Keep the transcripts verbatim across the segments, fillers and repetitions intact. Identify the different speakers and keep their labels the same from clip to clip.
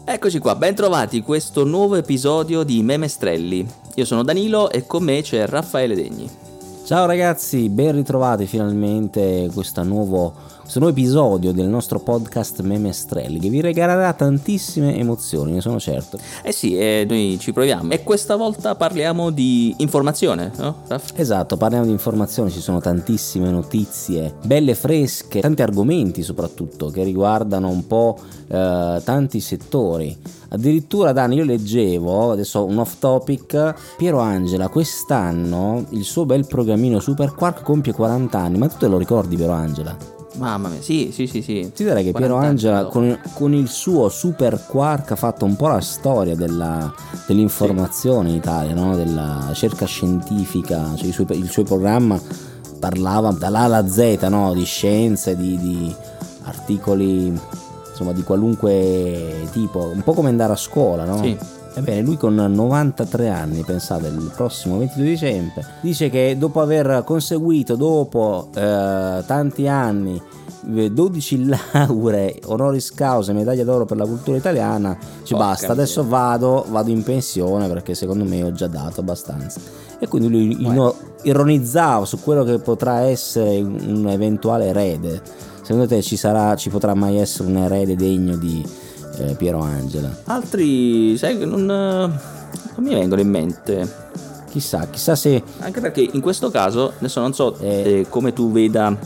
Speaker 1: Eccoci qua, ben trovati questo nuovo episodio di Memestrelli. Io sono Danilo e con me c'è Raffaele Degni.
Speaker 2: Ciao ragazzi, ben ritrovati finalmente questo nuovo, questo nuovo episodio del nostro podcast Memestrelli che vi regalerà tantissime emozioni, ne sono certo.
Speaker 1: Eh sì, eh, noi ci proviamo e questa volta parliamo di informazione, no? Raff?
Speaker 2: Esatto, parliamo di informazioni, ci sono tantissime notizie, belle fresche, tanti argomenti soprattutto che riguardano un po' eh, tanti settori. Addirittura Dani, io leggevo, adesso un off topic, Piero Angela quest'anno il suo bel programmino Super Quark compie quaranta anni, ma tu te lo ricordi Piero Angela?
Speaker 1: Mamma mia, sì, sì, sì, sì.
Speaker 2: Ti direi che Piero Angela con, con il suo Super Quark ha fatto un po' la storia della, dell'informazione sì. in Italia, no? Della ricerca scientifica, cioè il suo, il suo programma parlava dall'A alla Z, no? Di scienze, di, di articoli, insomma di qualunque tipo, un po' come andare a scuola, no? Sì. Ebbene, lui con novantatré anni, pensate, il prossimo ventidue dicembre, dice che dopo aver conseguito, dopo eh, tanti anni, dodici lauree, honoris causa e medaglia d'oro per la cultura italiana, dice oh, basta, cambia. adesso vado, vado in pensione perché secondo me ho già dato abbastanza. E quindi lui ino- ironizzava su quello che potrà essere un eventuale erede. Secondo te ci sarà, ci potrà mai essere un erede degno di eh, Piero Angela?
Speaker 1: Altri, sai che non, non mi vengono in mente.
Speaker 2: Chissà, chissà se...
Speaker 1: Anche perché in questo caso, adesso non so eh, eh, come tu veda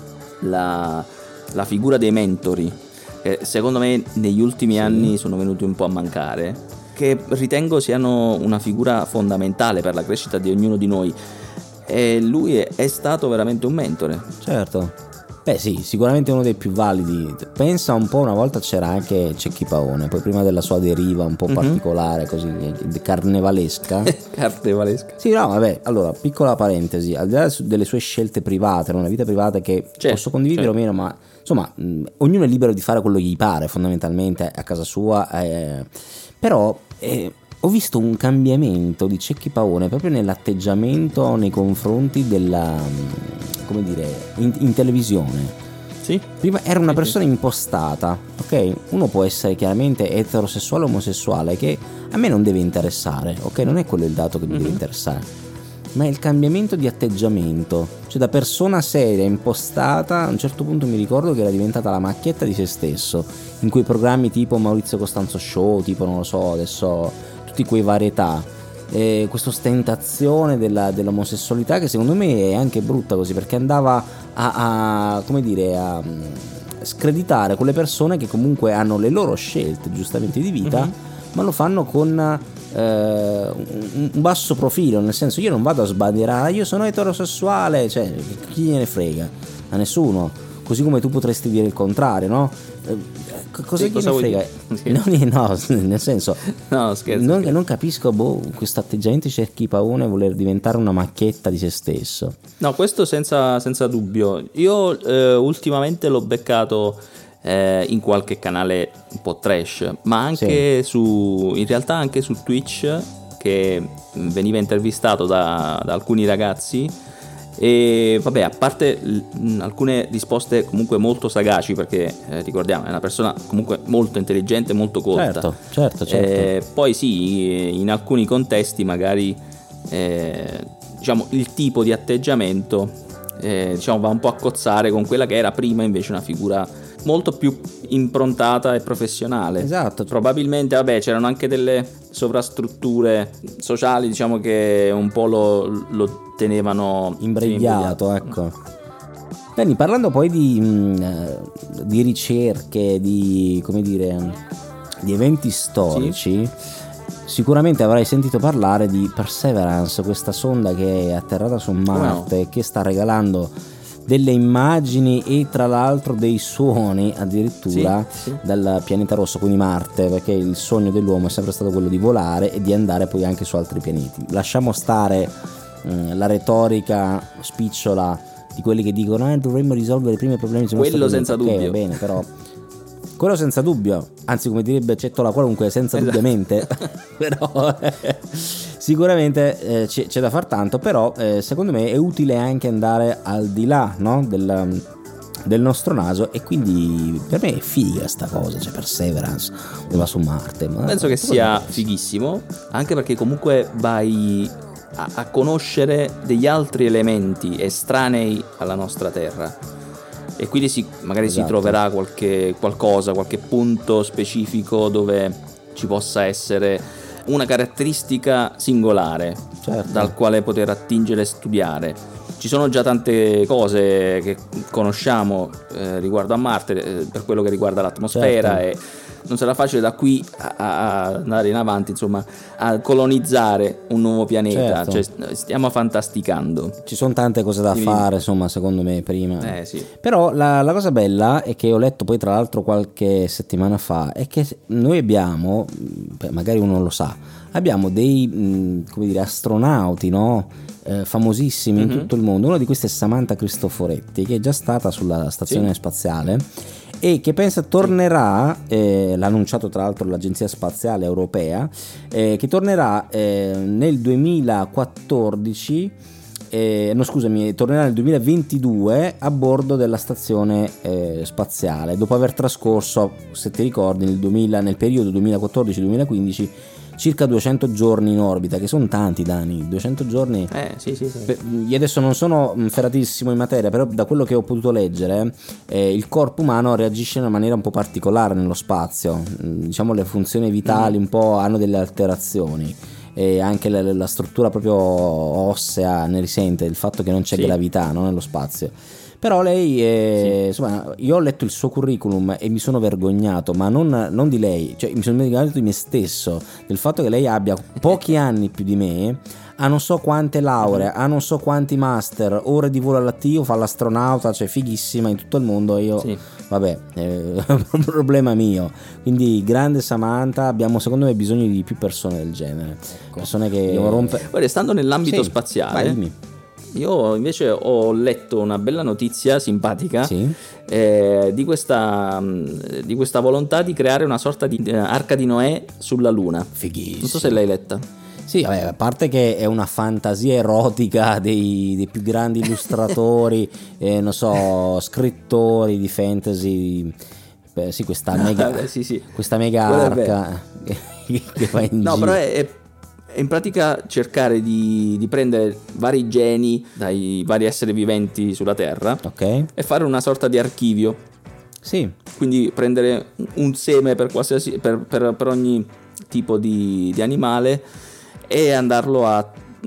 Speaker 1: la, la figura dei mentori, che secondo me negli ultimi sì. anni sono venuti un po' a mancare, che ritengo siano una figura fondamentale per la crescita di ognuno di noi. E lui è, è stato veramente un mentore.
Speaker 2: Certo. Beh sì, sicuramente uno dei più validi. Pensa un po', una volta c'era anche Cecchi Paone, poi prima della sua deriva un po' mm-hmm. particolare, così carnevalesca.
Speaker 1: Carnevalesca.
Speaker 2: Sì, no, vabbè, allora, piccola parentesi, al di là delle sue scelte private, una vita privata che certo, posso condividere certo. o meno, ma insomma, mh, ognuno è libero di fare quello che gli pare, fondamentalmente, a casa sua, eh, però... Eh, ho visto un cambiamento di Cecchi Paone proprio nell'atteggiamento nei confronti della, come dire, in, in televisione.
Speaker 1: Sì.
Speaker 2: Prima era una
Speaker 1: sì,
Speaker 2: persona
Speaker 1: sì.
Speaker 2: impostata, ok? Uno può essere chiaramente eterosessuale o omosessuale, che a me non deve interessare, ok? Non è quello il dato che mi mm-hmm. deve interessare, ma è il cambiamento di atteggiamento. Cioè da persona seria, impostata, a un certo punto mi ricordo che era diventata la macchietta di se stesso, in quei programmi tipo Maurizio Costanzo Show, tipo non lo so, adesso... tutti quei varietà, eh, questa ostentazione della, dell'omosessualità che secondo me è anche brutta così, perché andava a, a come dire a, a screditare quelle persone che comunque hanno le loro scelte giustamente di vita, mm-hmm. ma lo fanno con eh, un, un basso profilo, nel senso io non vado a sbandierare io sono eterosessuale, cioè chi gliene frega, a nessuno, così come tu potresti dire il contrario, no? Cosa
Speaker 1: sì,
Speaker 2: che ne frega? Sì. No, no, nel senso,
Speaker 1: no, scherzo,
Speaker 2: non,
Speaker 1: scherzo.
Speaker 2: non capisco boh, questo atteggiamento di Cecchi Paone voler diventare una macchietta di se stesso.
Speaker 1: No, questo senza, senza dubbio. Io eh, ultimamente l'ho beccato eh, in qualche canale un po' trash, ma anche sì. su, in realtà anche su Twitch, che veniva intervistato da, da alcuni ragazzi. E vabbè, a parte l- alcune risposte comunque molto sagaci, perché eh, ricordiamo è una persona comunque molto intelligente, molto colta.
Speaker 2: Certo, certo, certo.
Speaker 1: Eh, poi sì, in alcuni contesti magari eh, diciamo il tipo di atteggiamento eh, diciamo va un po' a cozzare con quella che era prima invece una figura molto più improntata e professionale.
Speaker 2: Esatto.
Speaker 1: Probabilmente vabbè c'erano anche delle sovrastrutture sociali, diciamo, che un po' lo, lo tenevano
Speaker 2: imbregliato, ecco. Bene, parlando poi di, mh, di ricerche, di come dire, di eventi storici, sì. Sicuramente avrai sentito parlare di Perseverance, questa sonda che è atterrata su Marte, wow. che sta regalando delle immagini e tra l'altro dei suoni addirittura sì, sì. dal pianeta rosso, quindi Marte, perché il sogno dell'uomo è sempre stato quello di volare e di andare poi anche su altri pianeti. Lasciamo stare mh, la retorica spicciola di quelli che dicono eh, dovremmo risolvere i primi problemi sul
Speaker 1: quello senza
Speaker 2: pianeta.
Speaker 1: dubbio.
Speaker 2: Okay, bene, però quello senza dubbio, anzi come direbbe Cettola qualunque, senza esatto. dubbiamente però sicuramente eh, c'è, c'è da far tanto, però eh, secondo me è utile anche andare al di là, no? del, del nostro naso, e quindi per me è figa sta cosa, cioè Perseverance va su Marte, ma
Speaker 1: penso che sia fighissimo, anche perché comunque vai a, a conoscere degli altri elementi estranei alla nostra Terra, e quindi si, magari esatto. si troverà qualche qualcosa, qualche punto specifico dove ci possa essere una caratteristica singolare, certo. dal quale poter attingere e studiare. Ci sono già tante cose che conosciamo eh, riguardo a Marte, eh, per quello che riguarda l'atmosfera, certo. e non sarà facile da qui a, a andare in avanti, insomma, a colonizzare un nuovo pianeta, certo. cioè, stiamo fantasticando.
Speaker 2: Ci sono tante cose da Quindi... fare, insomma, secondo me prima.
Speaker 1: Eh, sì.
Speaker 2: Però la, la cosa bella è che ho letto poi tra l'altro qualche settimana fa, è che noi abbiamo, magari uno non lo sa, abbiamo dei mh, come dire, astronauti, no? Eh, famosissimi mm-hmm. in tutto il mondo. Uno di questi è Samantha Cristoforetti, che è già stata sulla stazione sì. spaziale e che pensa tornerà, eh, l'ha annunciato tra l'altro l'Agenzia Spaziale Europea, eh, che tornerà eh, nel duemilaquattordici, eh, no scusami, tornerà nel duemilaventidue a bordo della stazione eh, spaziale, dopo aver trascorso, se ti ricordi, nel, duemila, nel periodo duemilaquattordici duemilaquindici circa duecento giorni in orbita, che sono tanti, Dani, duecento giorni.
Speaker 1: Eh, sì, sì, sì.
Speaker 2: Io adesso non sono ferratissimo in materia, però da quello che ho potuto leggere, eh, il corpo umano reagisce in una maniera un po' particolare nello spazio. Diciamo le funzioni vitali mm. un po' hanno delle alterazioni. E anche la, la struttura proprio ossea ne risente, il fatto che non c'è sì. gravità, no, nello spazio. Però lei è, sì. insomma, io ho letto il suo curriculum e mi sono vergognato, ma non, non di lei, cioè mi sono vergognato di me stesso, del fatto che lei abbia pochi anni più di me, ha non so quante lauree, ha non so quanti master, ore di volo all'attivo, fa l'astronauta, cioè fighissima in tutto il mondo. Io sì. vabbè, è un problema mio. Quindi grande Samantha, abbiamo secondo me bisogno di più persone del genere, persone che rompe...
Speaker 1: Poi restando nell'ambito
Speaker 2: sì,
Speaker 1: spaziale,
Speaker 2: vai, dimmi.
Speaker 1: Io invece ho letto una bella notizia simpatica
Speaker 2: sì.
Speaker 1: eh, di, questa, di questa volontà di creare una sorta di eh, arca di Noè sulla Luna.
Speaker 2: Fighissimo.
Speaker 1: Non so se l'hai letta.
Speaker 2: Sì, vabbè, a parte che è una fantasia erotica dei, dei più grandi illustratori, eh, non so, scrittori di fantasy. Beh, sì, questa mega,
Speaker 1: sì, sì.
Speaker 2: Questa mega arca che, che va in
Speaker 1: no,
Speaker 2: giro.
Speaker 1: però è, è in pratica cercare di, di prendere vari geni dai vari esseri viventi sulla Terra,
Speaker 2: okay.
Speaker 1: e fare una sorta di archivio.
Speaker 2: Sì.
Speaker 1: Quindi prendere un seme per, qualsiasi, per, per, per ogni tipo di, di animale e andarlo a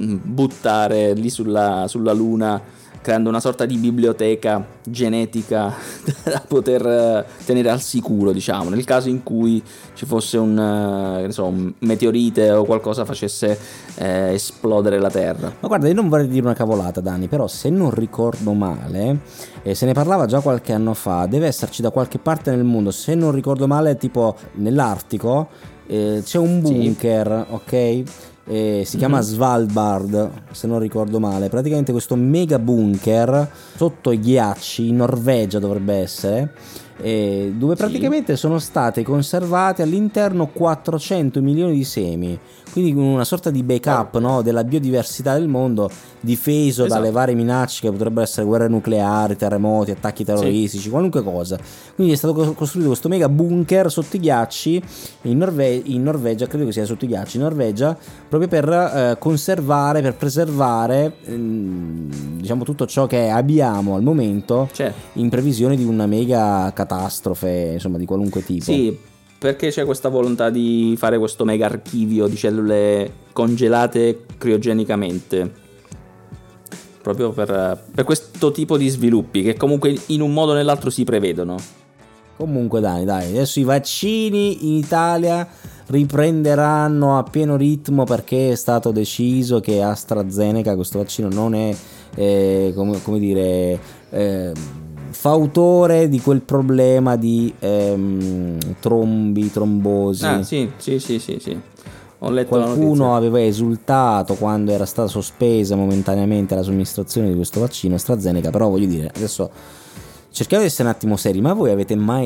Speaker 1: buttare lì sulla, sulla Luna, creando una sorta di biblioteca genetica da poter tenere al sicuro, diciamo, nel caso in cui ci fosse un, che ne so, un meteorite o qualcosa facesse eh, esplodere la Terra.
Speaker 2: Ma guarda, io non vorrei dire una cavolata, Dani, però se non ricordo male, eh, se ne parlava già qualche anno fa, deve esserci da qualche parte nel mondo, se non ricordo male, tipo nell'Artico, eh, c'è un bunker, sì. ok? Eh, si chiama mm-hmm. Svalbard, se non ricordo male, praticamente questo mega bunker sotto i ghiacci in Norvegia dovrebbe essere, eh, dove praticamente sì. sono state conservate all'interno quattrocento milioni di semi, quindi una sorta di backup, no, della biodiversità del mondo, difeso esatto. dalle varie minacce che potrebbero essere guerre nucleari, terremoti, attacchi terroristici, sì. qualunque cosa. Quindi è stato costruito questo mega bunker sotto i ghiacci in, Norve- in Norvegia, credo che sia sotto i ghiacci in Norvegia, proprio per eh, conservare, per preservare ehm, diciamo tutto ciò che abbiamo al momento,
Speaker 1: certo.
Speaker 2: in previsione di una mega catastrofe, insomma, di qualunque tipo.
Speaker 1: Sì, perché c'è questa volontà di fare questo mega archivio di cellule congelate criogenicamente, proprio per, per questo tipo di sviluppi che comunque in un modo o nell'altro si prevedono.
Speaker 2: Comunque dai, dai, adesso i vaccini in Italia riprenderanno a pieno ritmo, perché è stato deciso che AstraZeneca, questo vaccino, non è eh, come, come dire eh, fautore di quel problema di ehm, trombi, trombosi.
Speaker 1: Ah, sì, sì, sì, sì, sì. Ho letto
Speaker 2: Qualcuno aveva esultato quando era stata sospesa momentaneamente la somministrazione di questo vaccino AstraZeneca, però voglio dire, adesso cerchiamo di essere un attimo seri, ma voi avete mai letto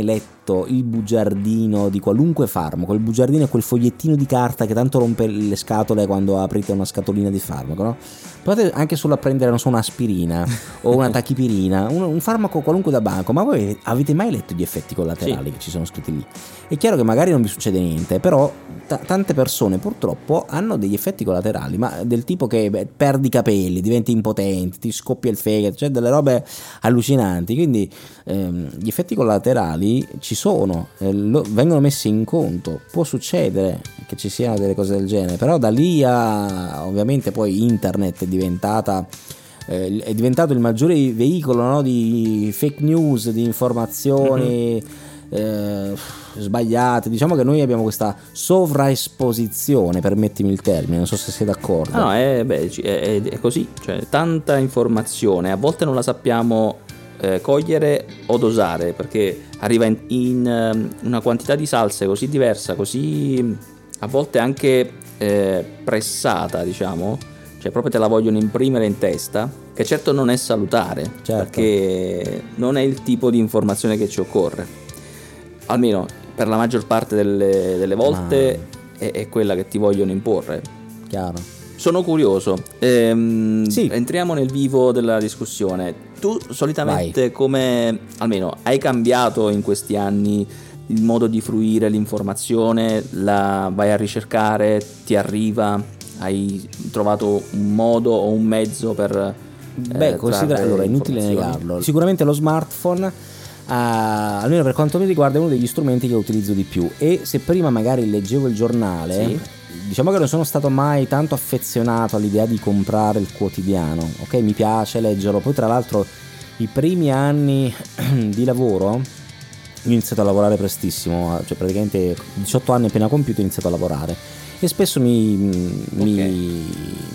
Speaker 2: letto il bugiardino di qualunque farmaco? Il bugiardino è quel fogliettino di carta che tanto rompe le scatole quando aprite una scatolina di farmaco, no? Provate anche solo a prendere, non so, un'aspirina o una tachipirina, un, un farmaco qualunque da banco, ma voi avete mai letto gli effetti collaterali sì. che ci sono scritti lì? È chiaro che magari non vi succede niente, però t- tante persone purtroppo hanno degli effetti collaterali, ma del tipo che beh, perdi i capelli, diventi impotente, ti scoppia il fegato, cioè delle robe allucinanti. Quindi ehm, gli effetti collaterali ci sono, eh, lo, vengono messi in conto. Può succedere che ci siano delle cose del genere, però da lì a ovviamente poi internet è diventata eh, è diventato il maggiore veicolo, no, di fake news, di informazioni mm-hmm. Eh, sbagliate. Diciamo che noi abbiamo questa sovraesposizione, permettimi il termine, non so se sei d'accordo.
Speaker 1: No, è, beh, è, è così, cioè tanta informazione, a volte non la sappiamo eh, cogliere o dosare, perché arriva in, in um, una quantità di salse così diversa, così a volte anche eh, pressata, diciamo, cioè proprio te la vogliono imprimere in testa, che certo non è salutare, certo. perché non è il tipo di informazione che ci occorre. Almeno per la maggior parte delle, delle volte ah. è, è quella che ti vogliono imporre.
Speaker 2: Chiaro.
Speaker 1: Sono curioso. Ehm,
Speaker 2: sì.
Speaker 1: Entriamo nel vivo della discussione. Tu solitamente Vai. come, almeno, hai cambiato in questi anni il modo di fruire l'informazione? La vai a ricercare? Ti arriva? Hai trovato un modo o un mezzo per
Speaker 2: Beh, eh, considera allora, è inutile negarlo. Sicuramente lo smartphone Uh, almeno per quanto mi riguarda è uno degli strumenti che utilizzo di più, e se prima magari leggevo il giornale sì. diciamo che non sono stato mai tanto affezionato all'idea di comprare il quotidiano, ok, mi piace leggerlo. Poi tra l'altro i primi anni di lavoro ho iniziato a lavorare prestissimo, cioè praticamente diciotto anni appena compiuto ho iniziato a lavorare, e spesso mi, okay. mi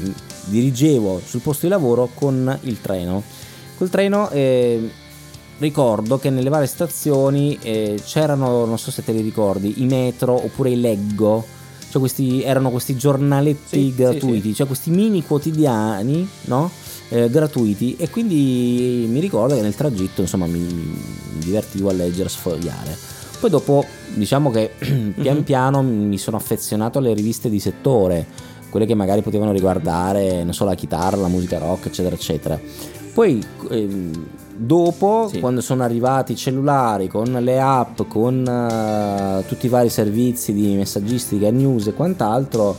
Speaker 2: dirigevo sul posto di lavoro con il treno. Col treno eh, ricordo che nelle varie stazioni eh, c'erano, non so se te li ricordi, i metro oppure i Leggo, cioè questi erano questi giornaletti sì, gratuiti, sì, sì. cioè questi mini quotidiani, no? Eh, gratuiti, e quindi mi ricordo che nel tragitto insomma mi, mi divertivo a leggere, a sfogliare. Poi dopo diciamo che pian mm-hmm. piano mi sono affezionato alle riviste di settore, quelle che magari potevano riguardare non so la chitarra, la musica rock, eccetera eccetera. Poi ehm, dopo sì. quando sono arrivati i cellulari con le app, con uh, tutti i vari servizi di messaggistica, news e quant'altro,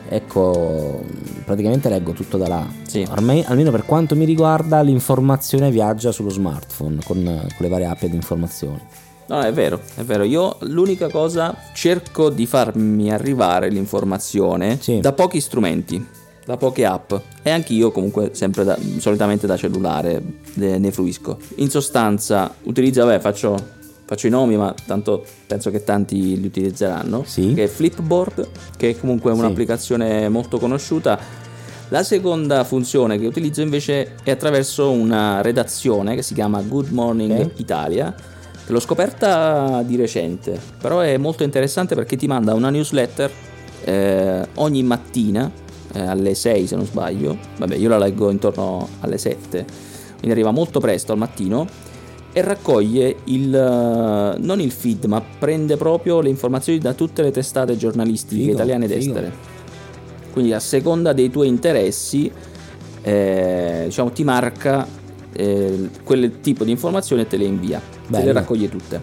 Speaker 2: ecco, praticamente leggo tutto da là. Sì. Ormai, almeno per quanto mi riguarda, l'informazione viaggia sullo smartphone con, con le varie app di informazioni.
Speaker 1: No, è vero, è vero. Io l'unica cosa, cerco di farmi arrivare l'informazione sì. da pochi strumenti, da poche app, e anch'io comunque sempre da, solitamente da cellulare ne, ne fruisco. In sostanza utilizzo, vabbè, faccio, faccio i nomi, ma tanto penso che tanti li utilizzeranno, sì. che è Flipboard, che è comunque un'applicazione sì. molto conosciuta. La seconda funzione che utilizzo invece è attraverso una redazione che si chiama Good Morning okay. Italia, che l'ho scoperta di recente, però è molto interessante perché ti manda una newsletter eh, ogni mattina eh, alle sei se non sbaglio, vabbè io la leggo intorno alle sette, quindi arriva molto presto al mattino, e raccoglie il non il feed, ma prende proprio le informazioni da tutte le testate giornalistiche figo, italiane ed estere, figo. Quindi a seconda dei tuoi interessi eh, diciamo ti marca eh, quel tipo di informazioni e te le invia. Bello. Te le raccoglie tutte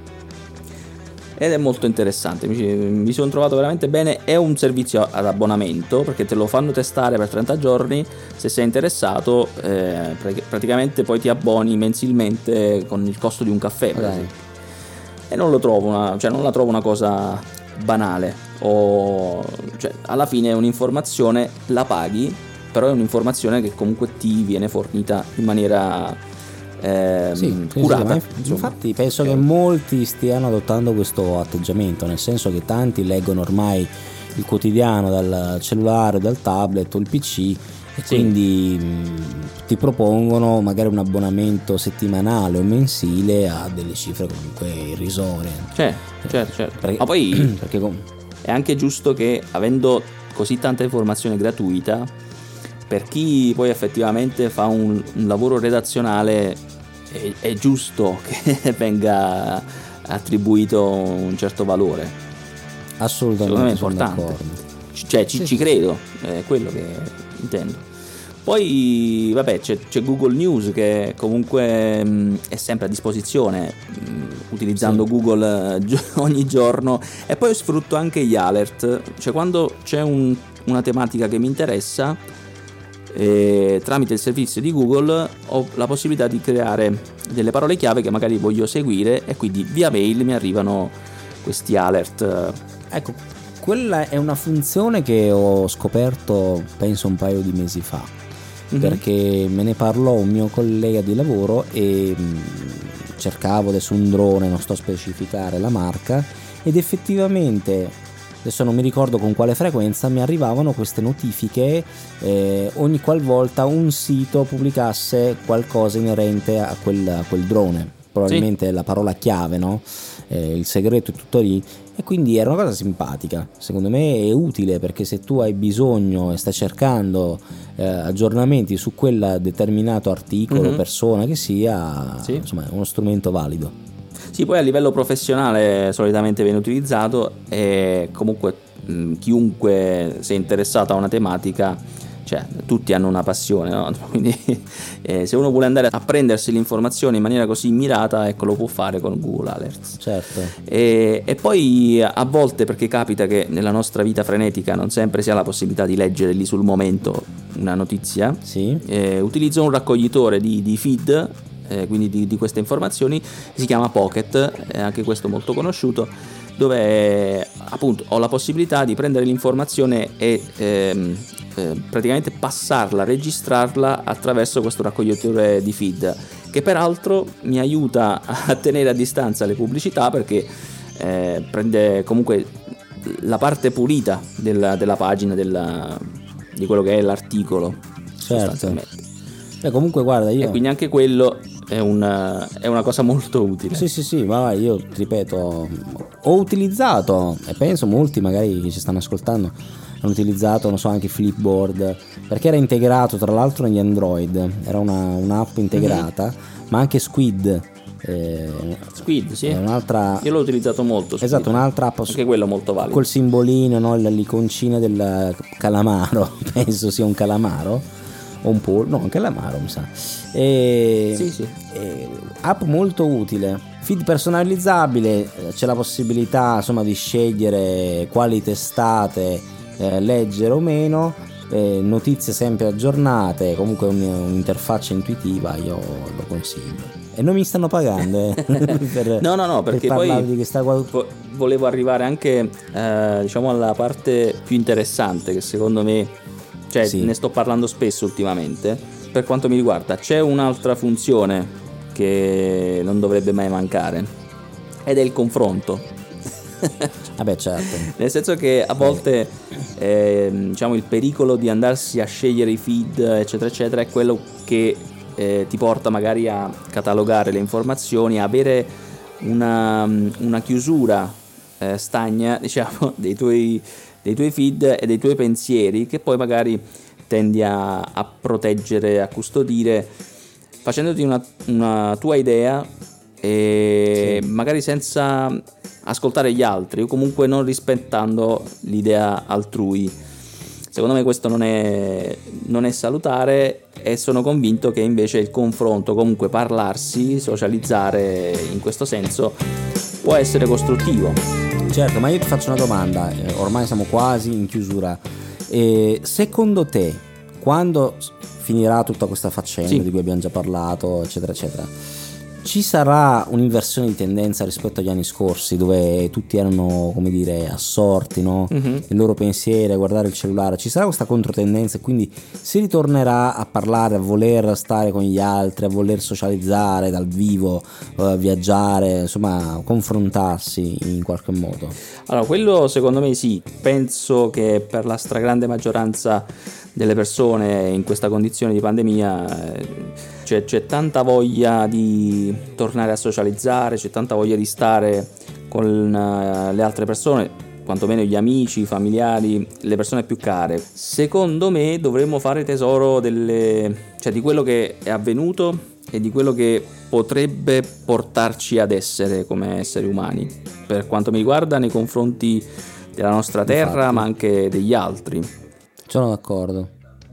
Speaker 1: ed è molto interessante, mi, mi sono trovato veramente bene. È un servizio ad abbonamento perché te lo fanno testare per trenta giorni, se sei interessato eh, praticamente poi ti abboni mensilmente con il costo di un caffè per esempio. E non lo trovo una, cioè non la trovo una cosa banale, o cioè alla fine è un'informazione, la paghi, però è un'informazione che comunque ti viene fornita in maniera eh, sì, curata.
Speaker 2: Sì, infatti penso okay. che molti stiano adottando questo atteggiamento, nel senso che tanti leggono ormai il quotidiano dal cellulare, dal tablet o il P C, e sì. quindi mh, ti propongono magari un abbonamento settimanale o mensile a delle cifre comunque irrisorie.
Speaker 1: Certo, certo, certo. Perché, ma poi perché com- è anche giusto che, avendo così tanta informazione gratuita, per chi poi effettivamente fa un, un lavoro redazionale, è, è giusto che venga attribuito un certo valore.
Speaker 2: Assolutamente,
Speaker 1: secondo me è importante.
Speaker 2: D'accordo.
Speaker 1: Cioè ci,
Speaker 2: sì,
Speaker 1: ci credo, è quello che intendo. Poi vabbè c'è, c'è Google News che comunque mh, è sempre a disposizione, mh, utilizzando sì. Google eh, ogni giorno, e poi sfrutto anche gli alert, cioè quando c'è un, una tematica che mi interessa, eh, tramite il servizio di Google ho la possibilità di creare delle parole chiave che magari voglio seguire, e quindi via mail mi arrivano questi alert.
Speaker 2: Ecco, quella è una funzione che ho scoperto penso un paio di mesi fa. Mm-hmm. Perché me ne parlò un mio collega di lavoro e mh, cercavo adesso un drone, non sto a specificare la marca, ed effettivamente adesso non mi ricordo con quale frequenza mi arrivavano queste notifiche eh, ogni qualvolta un sito pubblicasse qualcosa inerente a quel, a quel drone, probabilmente sì. La parola chiave, no? Eh, il segreto è tutto lì, e quindi era una cosa simpatica, secondo me è utile, perché se tu hai bisogno e stai cercando eh, aggiornamenti su quel determinato articolo, mm-hmm. persona che sia, sì. insomma è uno strumento valido.
Speaker 1: Sì, poi a livello professionale solitamente viene utilizzato, e comunque mh, chiunque sia interessato a una tematica, cioè tutti hanno una passione, no? Quindi eh, se uno vuole andare a prendersi l'informazione in maniera così mirata, ecco, lo può fare con Google Alerts.
Speaker 2: Certo.
Speaker 1: E, e poi a volte, perché capita che nella nostra vita frenetica non sempre si ha la possibilità di leggere lì sul momento una notizia,
Speaker 2: sì.
Speaker 1: eh, utilizzo un raccoglitore di, di feed, eh, quindi di, di queste informazioni, si chiama Pocket, è anche questo molto conosciuto, dove appunto ho la possibilità di prendere l'informazione e ehm, eh, praticamente passarla, registrarla attraverso questo raccoglitore di feed, che peraltro mi aiuta a tenere a distanza le pubblicità, perché eh, prende comunque la parte pulita della, della pagina, della, di quello che è l'articolo.
Speaker 2: Certo. Beh, comunque guarda, io...
Speaker 1: E quindi anche quello è una, è una cosa molto utile.
Speaker 2: Sì, sì, sì, ma io ti ripeto, ho utilizzato, e penso molti magari che ci stanno ascoltando hanno utilizzato, non so, anche Flipboard, perché era integrato tra l'altro negli Android, era una, un'app integrata, mm-hmm. ma anche Squid. Eh,
Speaker 1: Squid, sì.
Speaker 2: È un'altra...
Speaker 1: Io l'ho utilizzato molto. Squid.
Speaker 2: Esatto, un'altra app.
Speaker 1: Anche quello molto valido.
Speaker 2: Col simbolino, no? L'iconcina del calamaro, penso sia un calamaro. O un pollo, no, anche l'amaro mi sa. E,
Speaker 1: sì, sì.
Speaker 2: E, app molto utile, feed personalizzabile, c'è la possibilità insomma di scegliere quali testate eh, leggere o meno, eh, notizie sempre aggiornate, comunque un, un'interfaccia intuitiva, io lo consiglio. E non mi stanno pagando eh, per,
Speaker 1: no no no perché
Speaker 2: per
Speaker 1: poi
Speaker 2: di questa...
Speaker 1: volevo arrivare anche eh, diciamo alla parte più interessante, che secondo me, cioè sì. ne sto parlando spesso ultimamente. Per quanto mi riguarda c'è un'altra funzione che non dovrebbe mai mancare, ed è il confronto.
Speaker 2: Vabbè, certo.
Speaker 1: Nel senso che a volte eh, diciamo il pericolo di andarsi a scegliere i feed eccetera eccetera è quello che eh, ti porta magari a catalogare le informazioni, a avere una, una chiusura eh, stagna, diciamo, dei tuoi dei tuoi feed e dei tuoi pensieri, che poi magari tendi a, a proteggere, a custodire, facendoti una, una tua idea, e sì. magari senza ascoltare gli altri, o comunque non rispettando l'idea altrui. Secondo me questo non è, non è salutare, e sono convinto che invece il confronto, comunque parlarsi, socializzare in questo senso, può essere costruttivo.
Speaker 2: Certo, ma io ti faccio una domanda, eh, ormai siamo quasi in chiusura. Eh, secondo te, quando finirà tutta questa faccenda sì. di cui abbiamo già parlato, eccetera, eccetera, ci sarà un'inversione di tendenza rispetto agli anni scorsi, dove tutti erano, come dire, assorti, no? Mm-hmm. Il loro pensiero, a guardare il cellulare? Ci sarà questa controtendenza, e quindi si ritornerà a parlare, a voler stare con gli altri, a voler socializzare dal vivo, uh, viaggiare, insomma confrontarsi in qualche modo?
Speaker 1: Allora, quello secondo me sì. Penso che per la stragrande maggioranza delle persone in questa condizione di pandemia eh, c'è, c'è tanta voglia di tornare a socializzare, c'è tanta voglia di stare con uh, le altre persone, quantomeno gli amici, i familiari, le persone più care. Secondo me dovremmo fare tesoro delle, cioè di quello che è avvenuto e di quello che potrebbe portarci ad essere come esseri umani, per quanto mi riguarda nei confronti della nostra terra, infatti, ma anche degli altri.
Speaker 2: Sono d'accordo.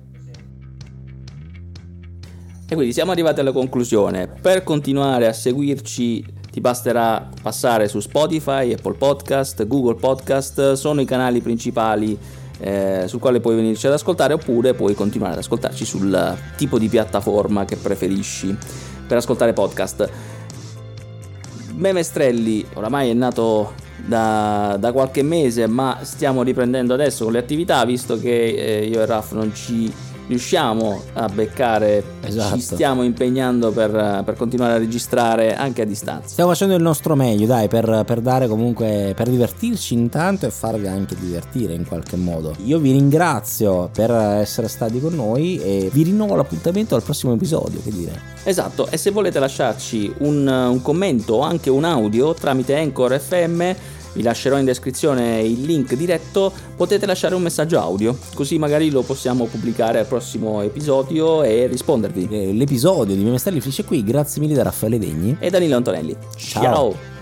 Speaker 1: E quindi siamo arrivati alla conclusione. Per continuare a seguirci ti basterà passare su Spotify, Apple Podcast, Google Podcast, sono i canali principali eh, sul quale puoi venirci ad ascoltare, oppure puoi continuare ad ascoltarci sul tipo di piattaforma che preferisci per ascoltare podcast. Memestrelli oramai è nato da, da qualche mese, ma stiamo riprendendo adesso con le attività, visto che eh, io e Raf non ci riusciamo a beccare, esatto. Ci stiamo impegnando per, per continuare a registrare anche a distanza.
Speaker 2: Stiamo facendo il nostro meglio, dai, per, per dare comunque, per divertirci intanto e farvi anche divertire in qualche modo. Io vi ringrazio per essere stati con noi e vi rinnovo l'appuntamento al prossimo episodio, che dire.
Speaker 1: Esatto, e se volete lasciarci un, un commento o anche un audio tramite Anchor F M, vi lascerò in descrizione il link diretto, potete lasciare un messaggio audio, così magari lo possiamo pubblicare al prossimo episodio e rispondervi.
Speaker 2: L'episodio di Memestrelli finisce qui, grazie mille da Raffaele Degni
Speaker 1: e Danilo Antonelli.
Speaker 2: Ciao!
Speaker 1: Ciao.